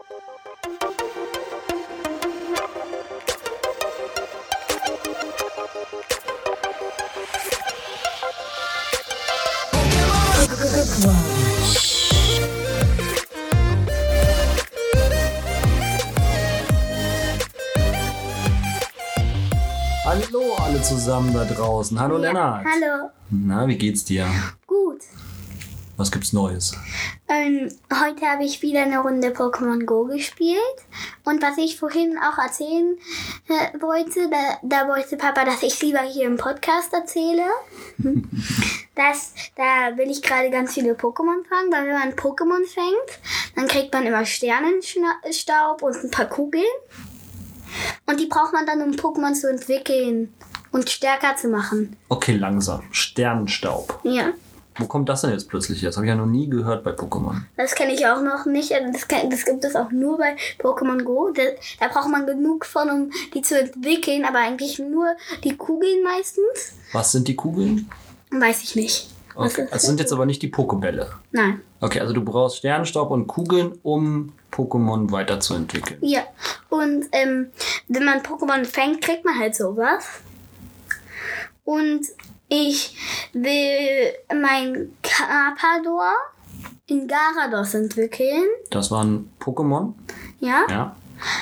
Hallo alle zusammen da draußen. Hallo Ja, Lennart. hallo. Na, wie geht's dir? Gut. Was gibt's Neues? Heute habe ich wieder eine Runde Pokémon Go gespielt. Und was ich vorhin auch erzählen wollte, da wollte Papa, dass ich lieber hier im Podcast erzähle. Da will ich gerade ganz viele Pokémon fangen, weil wenn man Pokémon fängt, dann kriegt man immer Sternenstaub und ein paar Kugeln. Und die braucht man dann, um Pokémon zu entwickeln und stärker zu machen. Okay, langsam. Sternenstaub. Ja. Wo kommt das denn jetzt plötzlich her? Das habe ich ja noch nie gehört bei Pokémon. Das kenne ich auch noch nicht. Das gibt es auch nur bei Pokémon Go. Da braucht man genug von, um die zu entwickeln. Aber eigentlich nur die Kugeln meistens. Was sind die Kugeln? Weiß ich nicht. Okay, das sind jetzt aber nicht die Pokébälle. Nein. Okay, also du brauchst Sternenstaub und Kugeln, um Pokémon weiterzuentwickeln. Ja. Und wenn man Pokémon fängt, kriegt man halt sowas. Und ich will mein Carpador in Gyarados entwickeln. Das waren Pokémon? Ja. Ja.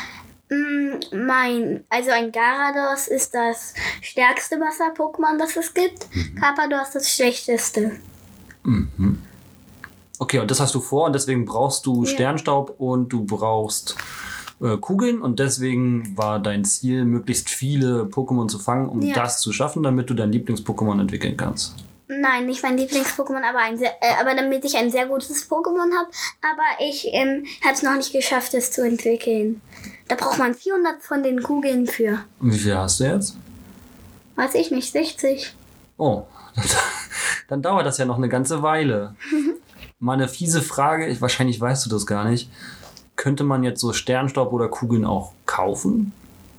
Also ein Gyarados ist das stärkste Wasser-Pokémon, das es gibt. Carpador ist das schlechteste. Mhm. Okay, und das hast du vor und deswegen brauchst du Ja. Sternstaub und du brauchst Kugeln und deswegen war dein Ziel, möglichst viele Pokémon zu fangen, um Ja. das zu schaffen, damit du dein Lieblings-Pokémon entwickeln kannst. Nein, nicht mein Lieblings-Pokémon, aber damit ich ein sehr gutes Pokémon habe. Aber ich habe es noch nicht geschafft, es zu entwickeln. Da braucht man 400 von den Kugeln für. Und wie viel hast du jetzt? Weiß ich nicht, 60. Oh, dann dauert das ja noch eine ganze Weile. Mal eine fiese Frage, wahrscheinlich weißt du das gar nicht. Könnte man jetzt so Sternstaub oder Kugeln auch kaufen?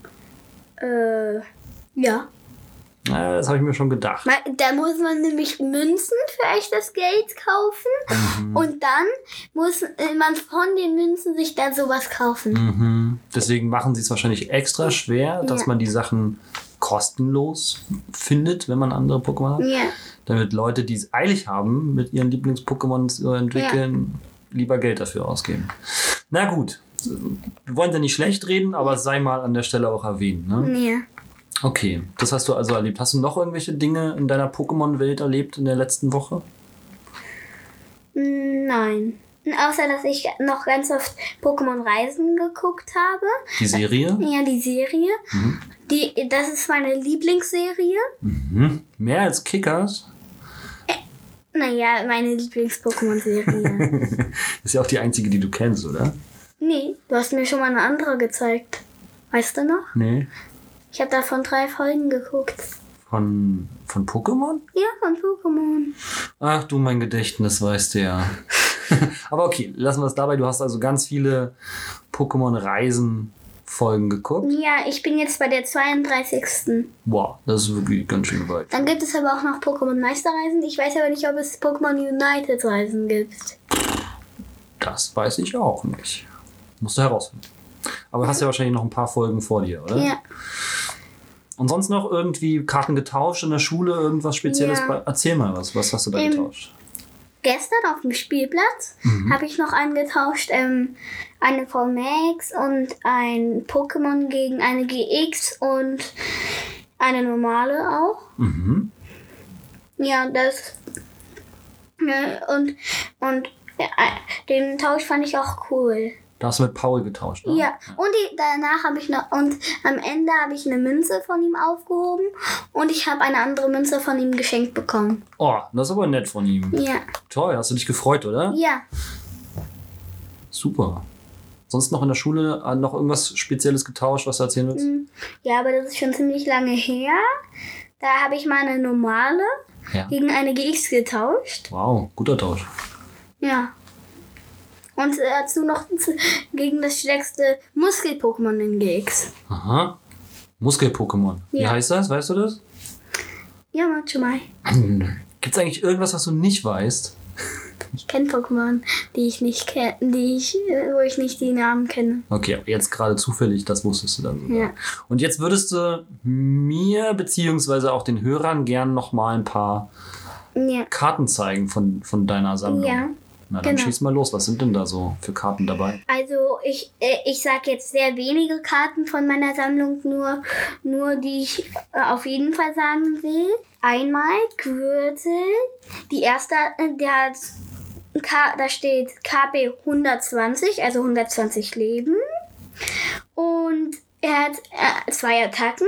Ja. Das habe ich mir schon gedacht. Da muss man nämlich Münzen für echtes Geld kaufen. Und dann muss man von den Münzen sich dann sowas kaufen. Mhm. Deswegen machen sie es wahrscheinlich extra schwer, dass Ja. man die Sachen kostenlos findet, wenn man andere Pokémon hat. Ja. Damit Leute, die es eilig haben, mit ihren Lieblings-Pokémon zu entwickeln, lieber Geld dafür ausgeben. Na gut, wir wollen ja nicht schlecht reden, aber es sei mal an der Stelle auch erwähnt. Ne? Ja. Okay, das hast du also erlebt. Hast du noch irgendwelche Dinge in deiner Pokémon-Welt erlebt in der letzten Woche? Nein. Außer, dass ich noch ganz oft Pokémon Reisen geguckt habe. Die Serie? Ja, die Serie. Das ist meine Lieblingsserie. Mhm. Mehr als Kickers? Naja, meine Lieblings-Pokémon-Serie. Ist ja auch die einzige, die du kennst, oder? Nee, du hast mir schon mal eine andere gezeigt. Weißt du noch? Nee. Ich habe davon 3 Folgen geguckt. Von Pokémon? Ja, von Pokémon. Ach du, mein Gedächtnis, weißt du ja. Aber okay, lassen wir es dabei. Du hast also ganz viele Pokémon-Reisen-Folgen geguckt. Ja, ich bin jetzt bei der 32. Wow, das ist wirklich ganz schön weit. Dann gibt es aber auch noch Pokémon Meisterreisen. Ich weiß aber nicht, ob es Pokémon United Reisen gibt. Das weiß ich auch nicht. Musst du herausfinden. Aber du hast ja wahrscheinlich noch ein paar Folgen vor dir, oder? Ja. Und sonst noch irgendwie Karten getauscht in der Schule, irgendwas Spezielles? Ja. Erzähl mal was hast du da getauscht? Gestern auf dem Spielplatz habe ich noch einen getauscht. Eine VMAX und ein Pokémon gegen eine GX und eine normale auch. Mhm. Ja, und den Tausch fand ich auch cool. Da hast du mit Paul getauscht, ne? Ja, und danach habe ich noch, und am Ende habe ich eine Münze von ihm aufgehoben und ich habe eine andere Münze von ihm geschenkt bekommen. Oh, das ist aber nett von ihm. Ja. Toll, hast du dich gefreut, oder? Ja. Super. Sonst noch in der Schule noch irgendwas Spezielles getauscht, was du erzählen willst? Ja, aber das ist schon ziemlich lange her. Da habe ich mal eine normale gegen eine GX getauscht. Wow, guter Tausch. Ja. Und dazu noch gegen das stärkste Muskel-Pokémon in GX. Aha. Muskel-Pokémon. Wie Ja. heißt das? Weißt du das? Ja, Machumai. Gibt es eigentlich irgendwas, was du nicht weißt? Ich kenne Pokémon, die ich nicht kenne, wo ich nicht die Namen kenne. Okay, aber jetzt gerade zufällig, das wusstest du dann. Ja. Und jetzt würdest du mir beziehungsweise auch den Hörern gern noch mal ein paar Ja. Karten zeigen von deiner Sammlung. Ja. Na, dann genau. schieß mal los. Was sind denn da so für Karten dabei? Also ich sage jetzt sehr wenige Karten von meiner Sammlung, nur die ich auf jeden Fall sagen will. Einmal Gürtel, die erste, da steht KP 120, also 120 Leben. Und er hat 2 Attacken.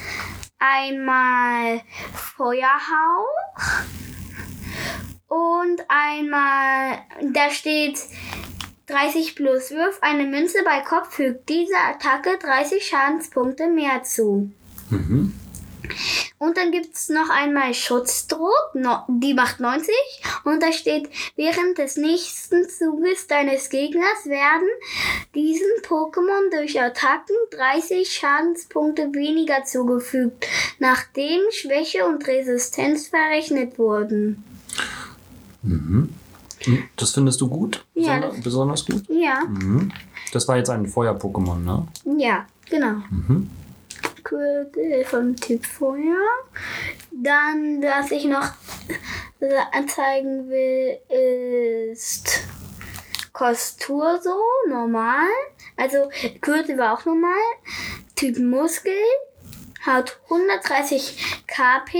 Einmal Feuerhauch. Und einmal, da steht 30 plus wirf eine Münze bei Kopf, fügt dieser Attacke 30 Schadenspunkte mehr zu. Mhm. Und dann gibt es noch einmal Schutzdruck, die macht 90. Und da steht, während des nächsten Zuges deines Gegners werden diesen Pokémon durch Attacken 30 Schadenspunkte weniger zugefügt, nachdem Schwäche und Resistenz verrechnet wurden. Mhm. Das findest du gut? Ja, Besonders gut? Ja, Mhm. Das war jetzt ein Feuer-Pokémon, ne? ja, genau. Mhm. Vom Typ Feuer. Dann, was ich noch anzeigen will, ist Kosturso, normal. Also Gürtel war auch normal. Typ Muskel hat 130 KP.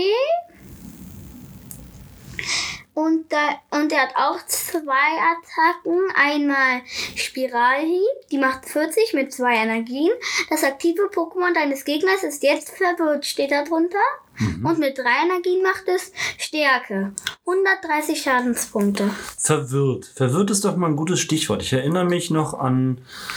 Und er hat auch 2 Attacken. Einmal Spiralhieb, die macht 40 mit 2 Energien. Das aktive Pokémon deines Gegners ist jetzt verwirrt, steht da drunter. Mhm. Und mit 3 Energien macht es Stärke. 130 Schadenspunkte. Verwirrt. Verwirrt ist doch mal ein gutes Stichwort. Ich erinnere mich noch an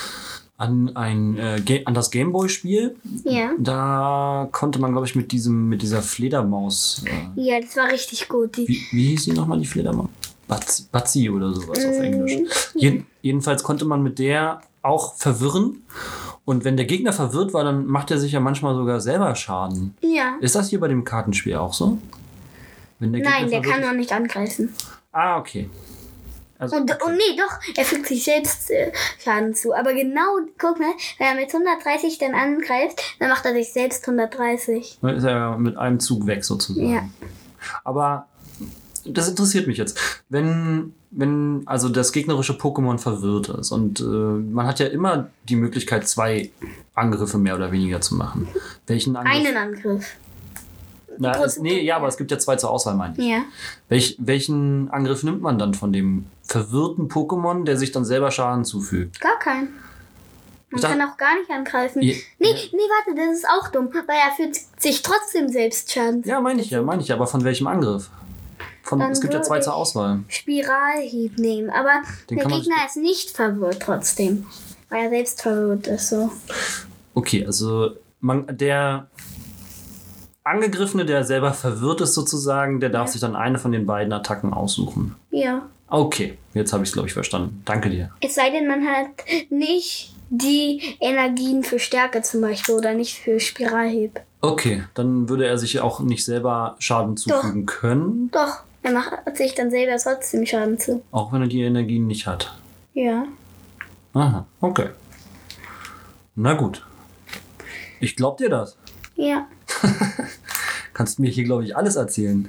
das Gameboy-Spiel. Ja. Da konnte man, glaube ich, mit dieser Fledermaus. Ja, das war richtig gut. Wie hieß die nochmal, die Fledermaus? Bazzi oder sowas auf Englisch. Jedenfalls konnte man mit der auch verwirren. Und wenn der Gegner verwirrt war, dann macht er sich ja manchmal sogar selber Schaden. Ja. Ist das hier bei dem Kartenspiel auch so? Wenn der Nein, der kann noch nicht angreifen. Ah, okay. Also, Und nee, doch, er fügt sich selbst Schaden zu. Aber genau, guck mal, wenn er mit 130 dann angreift, dann macht er sich selbst 130. Dann ist er ja mit einem Zug weg sozusagen. Ja. Aber das interessiert mich jetzt. Wenn also das gegnerische Pokémon verwirrt ist und man hat ja immer die Möglichkeit, 2 Angriffe mehr oder weniger zu machen. Welchen Angriff? Einen Angriff. Aber es gibt ja 2 zur Auswahl, meine ich. Ja. Welchen Angriff nimmt man dann von dem verwirrten Pokémon, der sich dann selber Schaden zufügt? Gar keinen. Man kann auch gar nicht angreifen. Ja. Nee, warte, das ist auch dumm, weil er fühlt sich trotzdem selbst Schaden zu. Ja, meine ich ja. Aber von welchem Angriff? Es gibt ja 2 zur Auswahl. Spiralhieb nehmen, aber der Gegner ist nicht verwirrt trotzdem, weil er selbst verwirrt ist. So. Okay, also der Angegriffene, der selber verwirrt ist sozusagen, der darf sich dann eine von den beiden Attacken aussuchen. Ja. Okay, jetzt habe ich es, glaube ich, verstanden. Danke dir. Es sei denn, man hat nicht die Energien für Stärke zum Beispiel oder nicht für Spiralhieb. Okay, dann würde er sich auch nicht selber Schaden zufügen können. Doch, er macht sich dann selber trotzdem Schaden zu. Auch wenn er die Energien nicht hat. Ja. Aha, okay. Na gut. Ich glaub dir das. Ja. Kannst mir hier, glaube ich, alles erzählen.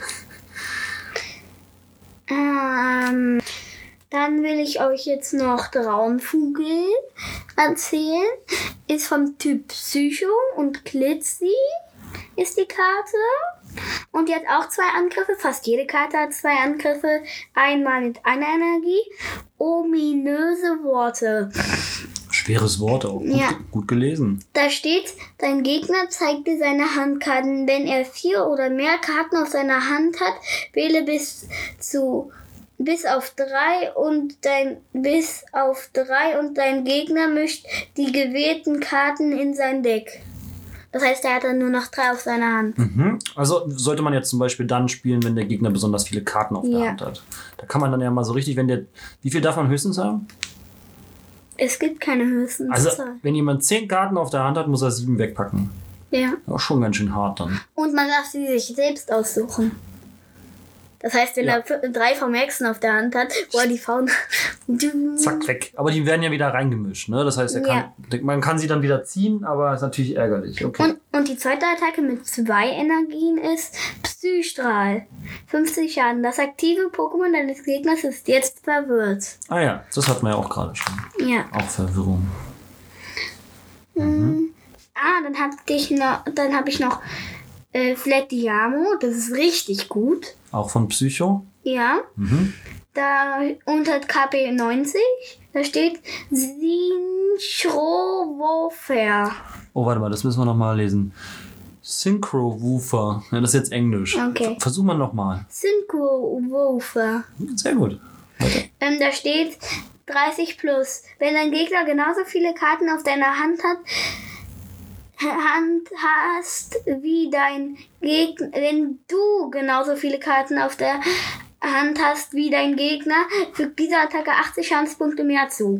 Dann will ich euch jetzt noch Traumvogel erzählen. Ist vom Typ Psycho und Glitzy ist die Karte. Und die hat auch 2 Angriffe. Fast jede Karte hat 2 Angriffe. Einmal mit einer Energie. Ominöse Worte. Schweres Wort, auch gut gelesen. Da steht, dein Gegner zeigt dir seine Handkarten. Wenn er 4 oder mehr Karten auf seiner Hand hat, wähle bis auf 3 und dein Gegner mischt die gewählten Karten in sein Deck. Das heißt, er hat dann nur noch 3 auf seiner Hand. Mhm. Also sollte man jetzt zum Beispiel dann spielen, wenn der Gegner besonders viele Karten auf der Hand hat. Da kann man dann ja mal so richtig, wie viel darf man höchstens haben? Es gibt keine höchsten Also, Zahl. wenn jemand 10 Karten auf der Hand hat, muss er 7 wegpacken. Ja. Auch schon ganz schön hart dann. Und man darf sie sich selbst aussuchen. Das heißt, wenn er 3 vom Hexen auf der Hand hat, wo er die Fauna... Zack, weg. Aber die werden ja wieder reingemischt, ne? Das heißt, man kann sie dann wieder ziehen, aber ist natürlich ärgerlich. Okay. Und die zweite Attacke mit 2 Energien ist Psystrahl. 50 Schaden. Das aktive Pokémon deines Gegners ist jetzt verwirrt. Ah ja, das hatten wir ja auch gerade schon. Ja. Auch Verwirrung. Dann habe ich noch Fletiamo. Das ist richtig gut. Auch von Psycho? Ja. Da unter KP 90, da steht Synchro-Woofer. Oh, warte mal, das müssen wir nochmal lesen. Synchro-Woofer. Ja, das ist jetzt Englisch. Okay. Versuchen wir nochmal. Synchro-Woofer. Sehr gut. Weiter. Da steht 30 plus. Wenn dein Gegner genauso viele Karten auf deiner Hand hast wie dein Gegner, wenn du genauso viele Karten auf der Hand hast wie dein Gegner, fügt diese Attacke 80 Schadenspunkte mehr zu.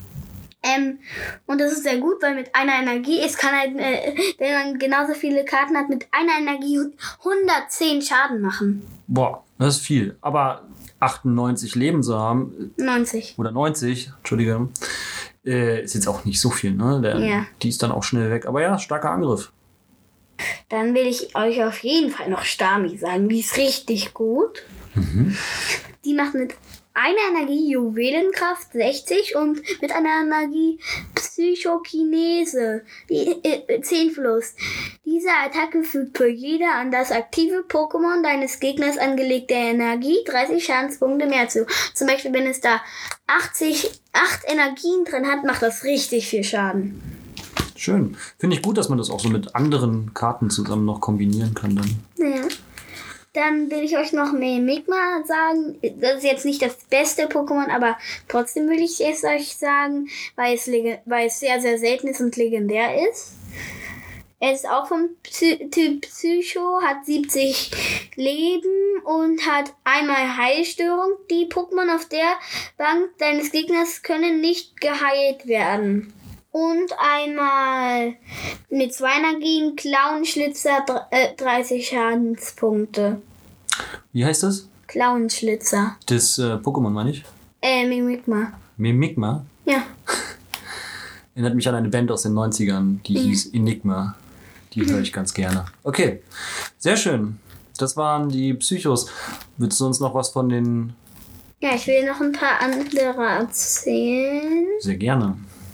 Und das ist sehr gut, weil mit einer Energie, es kann halt, wenn man genauso viele Karten hat, mit einer Energie 110 Schaden machen. Boah, das ist viel. Aber 98 Leben zu haben. 90. Oder 90, Entschuldige. Ist jetzt auch nicht so viel, ne? Die ist dann auch schnell weg. Aber ja, starker Angriff. Dann will ich euch auf jeden Fall noch Stami sagen. Die ist richtig gut. Die macht mit einer Energie Juwelenkraft 60 und mit einer Energie Psychokinese 10 plus. Diese Attacke fügt für jede an das aktive Pokémon deines Gegners angelegte Energie 30 Schadenspunkte mehr zu. Zum Beispiel, wenn es da 8 Energien drin hat, macht das richtig viel Schaden. Schön. Finde ich gut, dass man das auch so mit anderen Karten zusammen noch kombinieren kann dann. Ja. Dann will ich euch noch Mimikma sagen. Das ist jetzt nicht das beste Pokémon, aber trotzdem will ich es euch sagen, weil es sehr, sehr selten ist und legendär ist. Er ist auch vom Typ Psycho, hat 70 Leben und hat einmal Heilstörung. Die Pokémon auf der Bank deines Gegners können nicht geheilt werden. Und einmal mit 2 Energien Clownschlitzer 30 Schadenspunkte. Wie heißt das? Clownschlitzer. Das Pokémon, meine ich? Mimikma. Mimikma? Ja. Erinnert mich an eine Band aus den 90ern, die hieß Enigma. Die höre ich ganz gerne. Okay, sehr schön. Das waren die Psychos. Willst du uns noch was von den... Ja, ich will noch ein paar andere erzählen. Sehr gerne.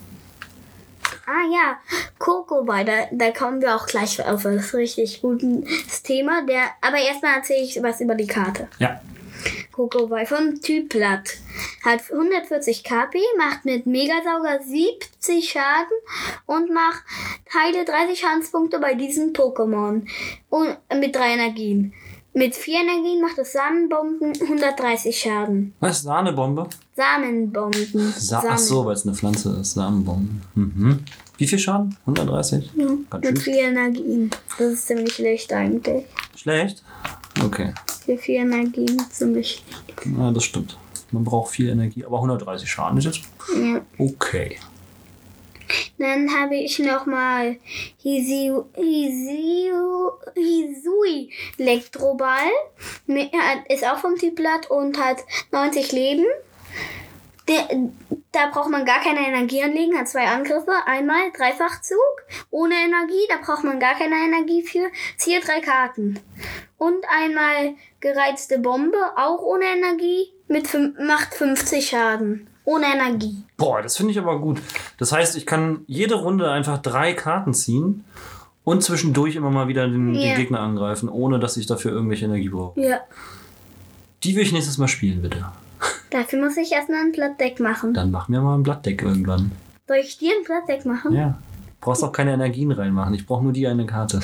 Ah ja, Kokoball, da kommen wir auch gleich auf das richtig gutes Thema. Aber erstmal erzähle ich was über die Karte. Ja. Kokoball vom Typ Blatt. Hat 140 KP, macht mit Megasauger 70 Schaden und macht heile 30 Schadenspunkte bei diesem Pokémon. Und mit 3 Energien. Mit 4 Energien macht es Samenbomben 130 Schaden. Was? Sahnebombe? Samenbomben. Ach so, weil es eine Pflanze ist. Samenbomben. Wie viel Schaden? 130? Ja, mit 4 Energien. Das ist ziemlich schlecht eigentlich. Schlecht? Okay. Für 4 Energien ziemlich schlecht. Ja, das stimmt. Man braucht viel Energie. Aber 130 Schaden ist jetzt... Ja. Okay. Dann habe ich nochmal Hisui Elektroball. Ist auch vom Typ Blatt und hat 90 Leben. Da braucht man gar keine Energie anlegen, hat 2 Angriffe. Einmal Dreifachzug ohne Energie, da braucht man gar keine Energie für. Ziehe 3 Karten. Und einmal gereizte Bombe, auch ohne Energie, macht 50 Schaden. Ohne Energie. Boah, das finde ich aber gut. Das heißt, ich kann jede Runde einfach 3 Karten ziehen und zwischendurch immer mal wieder den Gegner angreifen, ohne dass ich dafür irgendwelche Energie brauche. Ja. Die will ich nächstes Mal spielen, bitte. Dafür muss ich erstmal ein Blattdeck machen. Dann mach mir mal ein Blattdeck irgendwann. Soll ich dir ein Blattdeck machen? Ja. Du brauchst auch keine Energien reinmachen. Ich brauche nur die eine Karte.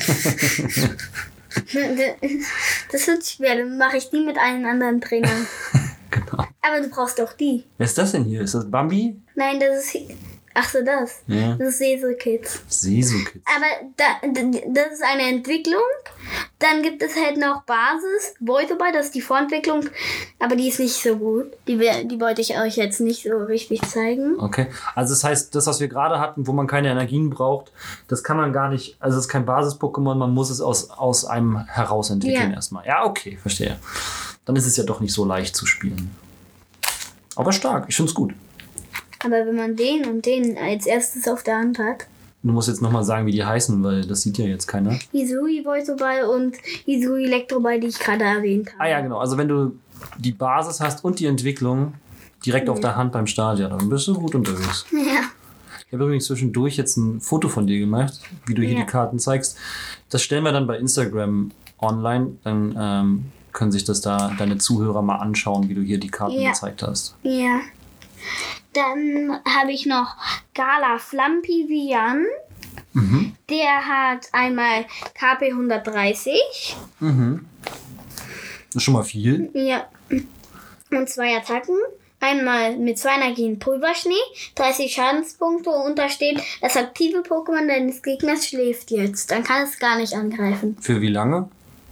Das wird schwer. Dann mache ich die mit allen anderen Trainern. Genau. Aber du brauchst doch die. Wer ist das denn hier? Ist das Bambi? Nein, das ist... Ach so, das. Ja. Das ist Sesu-Kids. Sesu-Kids. Aber das ist eine Entwicklung. Dann gibt es halt noch Basis. Voltoball, das ist die Vorentwicklung. Aber die ist nicht so gut. Die wollte ich euch jetzt nicht so richtig zeigen. Okay. Also das heißt, das, was wir gerade hatten, wo man keine Energien braucht, das kann man gar nicht... Also es ist kein Basis-Pokémon, man muss es aus einem heraus entwickeln erstmal. Ja, okay, verstehe. dann ist es ja doch nicht so leicht zu spielen. Aber stark, ich finde es gut. Aber wenn man den und den als erstes auf der Hand hat. Du musst jetzt nochmal sagen, wie die heißen, weil das sieht ja jetzt keiner. Hisui Voltoball und Hisui Elektroball, die ich gerade erwähnt habe. Ah ja, genau. Also wenn du die Basis hast und die Entwicklung direkt auf der Hand beim Stadia, dann bist du gut unterwegs. Ja. Ich habe übrigens zwischendurch jetzt ein Foto von dir gemacht, wie du hier die Karten zeigst. Das stellen wir dann bei Instagram online. Dann können sich das da deine Zuhörer mal anschauen, wie du hier die Karten gezeigt hast. Ja. Dann habe ich noch Gala Flampivian. Der hat einmal KP 130. Das ist schon mal viel. Ja. Und 2 Attacken. Einmal mit 2 Energien Pulverschnee, 30 Schadenspunkte und da steht, das aktive Pokémon deines Gegners schläft jetzt. Dann kann es gar nicht angreifen. Für wie lange?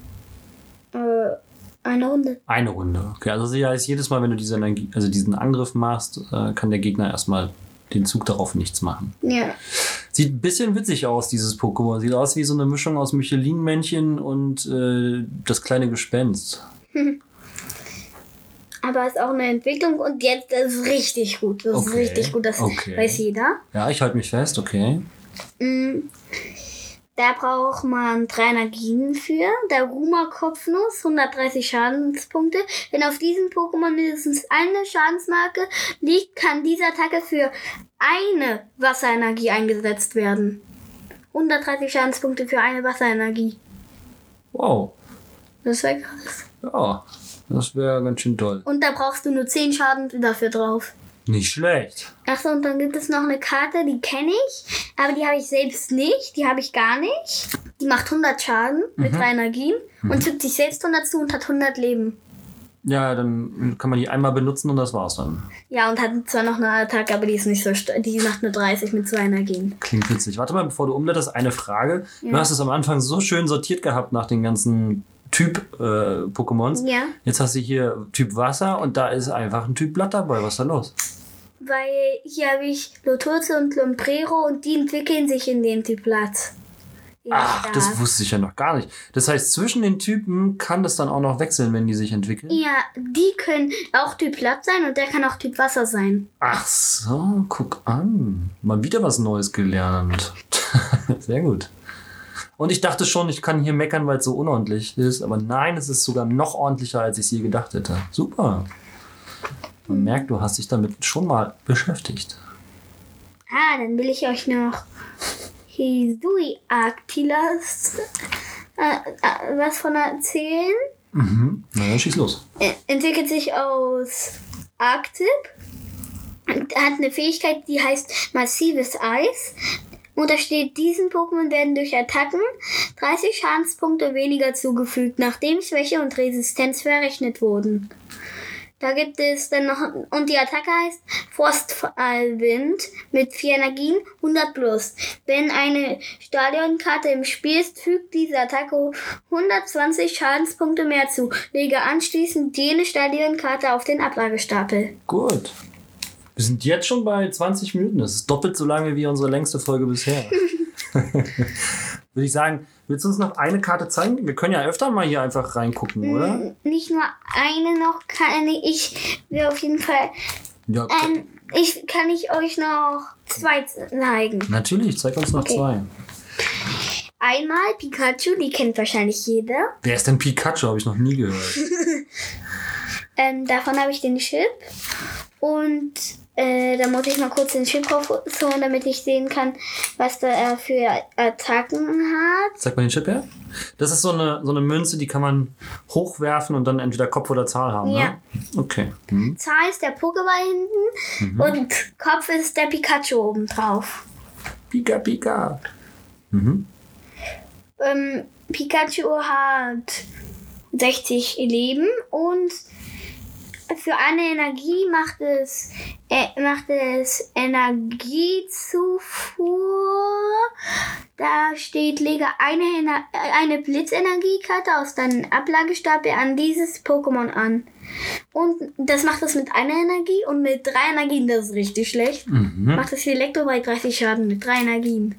Eine Runde. Eine Runde. Okay, also das heißt, jedes Mal, wenn du diese Energie, also diesen Angriff machst, kann der Gegner erstmal den Zug darauf nichts machen. Ja. Sieht ein bisschen witzig aus, dieses Pokémon. Sieht aus wie so eine Mischung aus Michelin-Männchen und das kleine Gespenst. Aber es ist auch eine Entwicklung und jetzt das ist richtig gut. Das ist richtig gut, das weiß jeder. Ja, ich halte mich fest, okay. Da braucht man 3 Energien für. Der Ruma-Kopfnuss, 130 Schadenspunkte. Wenn auf diesem Pokémon mindestens eine Schadensmarke liegt, kann diese Attacke für eine Wasserenergie eingesetzt werden. 130 Schadenspunkte für eine Wasserenergie. Wow. Das wäre krass. Ja, das wäre ganz schön toll. Und da brauchst du nur 10 Schaden dafür drauf. Nicht schlecht. Achso, und dann gibt es noch eine Karte, die kenne ich, aber die habe ich selbst nicht, die habe ich gar nicht. Die macht 100 Schaden mit 3 Energien und fügt sich selbst 100 zu und hat 100 Leben. Ja, dann kann man die einmal benutzen und das war's dann. Ja, und hat zwar noch eine Attacke, aber die ist nicht so die macht nur 30 mit 2 Energien. Klingt witzig. Warte mal, bevor du umblätterst, eine Frage. Ja. Du hast es am Anfang so schön sortiert gehabt nach den ganzen Typ-Pokémons. Ja. Jetzt hast du hier Typ Wasser und da ist einfach ein Typ Blatt dabei. Was ist da los? Weil hier habe ich Loturze und Lomprero und die entwickeln sich in dem Typ Blatt. Ja, ach, das wusste ich ja noch gar nicht. Das heißt, zwischen den Typen kann das dann auch noch wechseln, wenn die sich entwickeln? Ja, die können auch Typ Blatt sein und der kann auch Typ Wasser sein. Ach so, guck an. Mal wieder was Neues gelernt. Sehr gut. Und ich dachte schon, ich kann hier meckern, weil es so unordentlich ist. Aber nein, es ist sogar noch ordentlicher, als ich es je gedacht hätte. Super. Man merkt, du hast dich damit schon mal beschäftigt. Ah, dann will ich euch noch Hisui Arctilas was von erzählen. Na dann schieß los. Entwickelt sich aus Arctip. Hat eine Fähigkeit, die heißt Massives Eis. Und da steht, diesen Pokémon werden durch Attacken 30 Schadenspunkte weniger zugefügt, nachdem Schwäche und Resistenz verrechnet wurden. Da gibt es dann noch, und die Attacke heißt Frostfallwind mit 4 Energien, 100 plus. Wenn eine Stadionkarte im Spiel ist, fügt diese Attacke 120 Schadenspunkte mehr zu. Lege anschließend jene Stadionkarte auf den Ablagestapel. Gut. Wir sind jetzt schon bei 20 Minuten. Das ist doppelt so lange wie unsere längste Folge bisher. Würde ich sagen, willst du uns noch eine Karte zeigen? Wir können ja öfter mal hier einfach reingucken, oder? Nicht nur eine noch, kann ich will auf jeden Fall. Ja, kann ich euch noch 2 zeigen. natürlich, zeig uns noch 2. Einmal Pikachu, die kennt wahrscheinlich jeder. Wer ist denn Pikachu? Habe ich noch nie gehört. Davon habe ich den Chip. Und da muss ich mal kurz den Chip rausholen, damit ich sehen kann, was da er für Attacken hat. Zeig mal den Chip her. Das ist so eine Münze, die kann man hochwerfen und dann entweder Kopf oder Zahl haben, ja. Ne? Okay. Zahl ist der Pokéball hinten und Kopf ist der Pikachu oben drauf. Pika, Pika. Pikachu hat 60 Leben und für eine Energie macht es Energiezufuhr. Da steht, lege eine Blitzenergiekarte aus deinem Ablagestapel an dieses Pokémon an. Und das macht es mit einer Energie und mit 3 Energien, das ist richtig schlecht. Macht es für Elektroball 30 Schaden mit 3 Energien.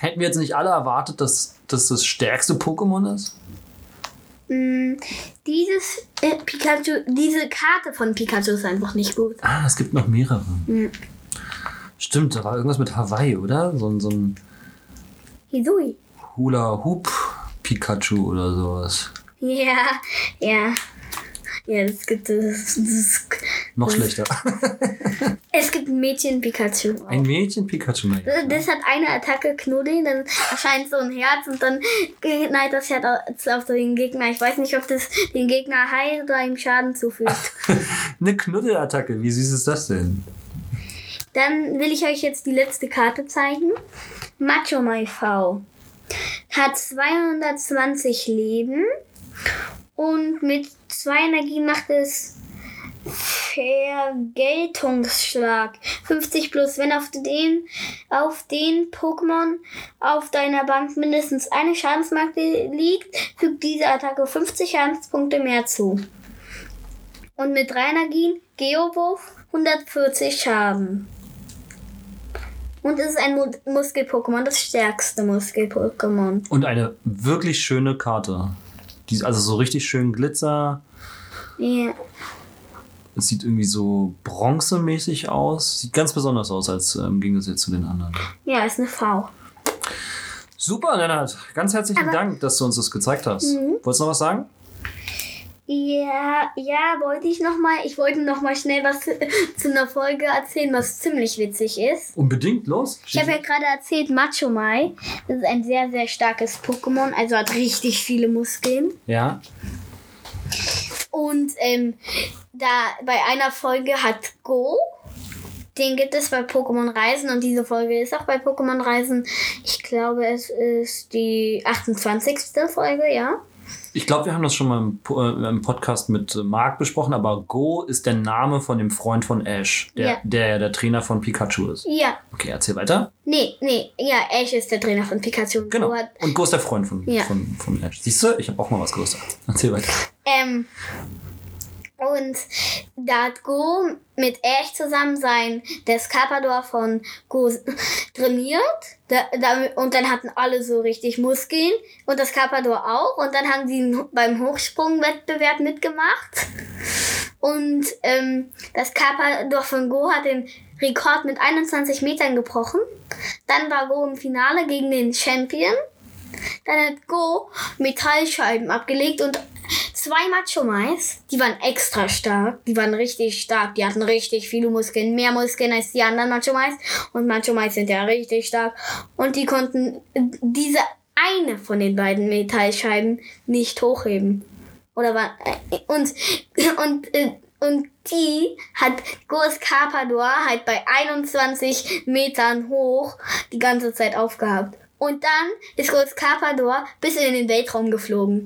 Hätten wir jetzt nicht alle erwartet, dass das stärkste Pokémon ist? Dieses Pikachu, diese Karte von Pikachu ist einfach nicht gut. Ah, es gibt noch mehrere. Stimmt, da war irgendwas mit Hawaii, oder? So ein Hisui. Hula-Hoop-Pikachu oder sowas. Ja, das gibt es. Noch schlechter. Es gibt ein Mädchen-Pikachu. Ein Mädchen-Pikachu. Das hat eine Attacke Knuddeln, dann erscheint so ein Herz und dann knallt das Herz auf den Gegner. Ich weiß nicht, ob das den Gegner heilt oder ihm Schaden zufügt. Eine Knuddelattacke, wie süß ist das denn? Dann will ich euch jetzt die letzte Karte zeigen. Machomai V. Hat 220 Leben und mit 2 Energien macht es Vergeltungsschlag. 50 plus. Wenn auf den Pokémon auf deiner Bank mindestens eine Schadensmarke liegt, fügt diese Attacke 50 Schadenspunkte mehr zu. Und mit 3 Energien Geowurf 140 Schaden. Und es ist ein Muskel-Pokémon, das stärkste Muskel-Pokémon. Und eine wirklich schöne Karte. Die ist also so richtig schön Glitzer. Ja. Es sieht irgendwie so bronzemäßig aus. Sieht ganz besonders aus, als im Gegensatz jetzt zu den anderen. Ja, ist eine V. Super, Lennart. Ganz herzlichen Dank, dass du uns das gezeigt hast. Wolltest du noch was sagen? Ja, wollte ich noch mal. Ich wollte noch mal schnell was zu einer Folge erzählen, was ziemlich witzig ist. Unbedingt, los. Ich habe ja gerade erzählt, Machomai. Das ist ein sehr, sehr starkes Pokémon, also hat richtig viele Muskeln. Ja. Und da bei einer Folge hat Go, den gibt es bei Pokémon Reisen und diese Folge ist auch bei Pokémon Reisen. Ich glaube, es ist die 28. Folge, ja. Ich glaube, wir haben das schon mal im Podcast mit Marc besprochen, aber Go ist der Name von dem Freund von Ash, der der Trainer von Pikachu ist. Ja. Okay, erzähl weiter. Nee, ja, Ash ist der Trainer von Pikachu. Genau. Und Go ist der Freund von Ash. Siehst du, ich habe auch mal was gewusst. Erzähl weiter. Und da hat Go mit Ash zusammen der Escarpador von Go trainiert. Und dann hatten alle so richtig Muskeln. Und das Escarpador auch. Und dann haben sie beim Hochsprungwettbewerb mitgemacht. Und das Escarpador von Go hat den Rekord mit 21 Metern gebrochen. Dann war Go im Finale gegen den Champion. Dann hat Go Metallscheiben abgelegt und 2 Machomais, die waren extra stark, die waren richtig stark, die hatten richtig viele Muskeln, mehr Muskeln als die anderen Machomais und Machomais sind ja richtig stark und die konnten diese eine von den beiden Metallscheiben nicht hochheben. Und die hat Go's Carpador halt bei 21 Metern hoch die ganze Zeit aufgehabt. Und dann ist Go's Carpador bis in den Weltraum geflogen.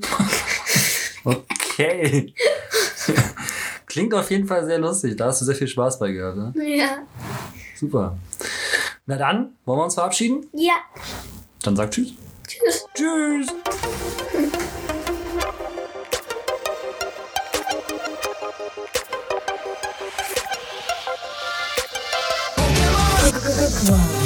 Okay. Klingt auf jeden Fall sehr lustig. Da hast du sehr viel Spaß bei gehabt, ne? Ja. Super. Na dann, wollen wir uns verabschieden? Ja. Dann sag Tschüss. Tschüss. Tschüss. Wow.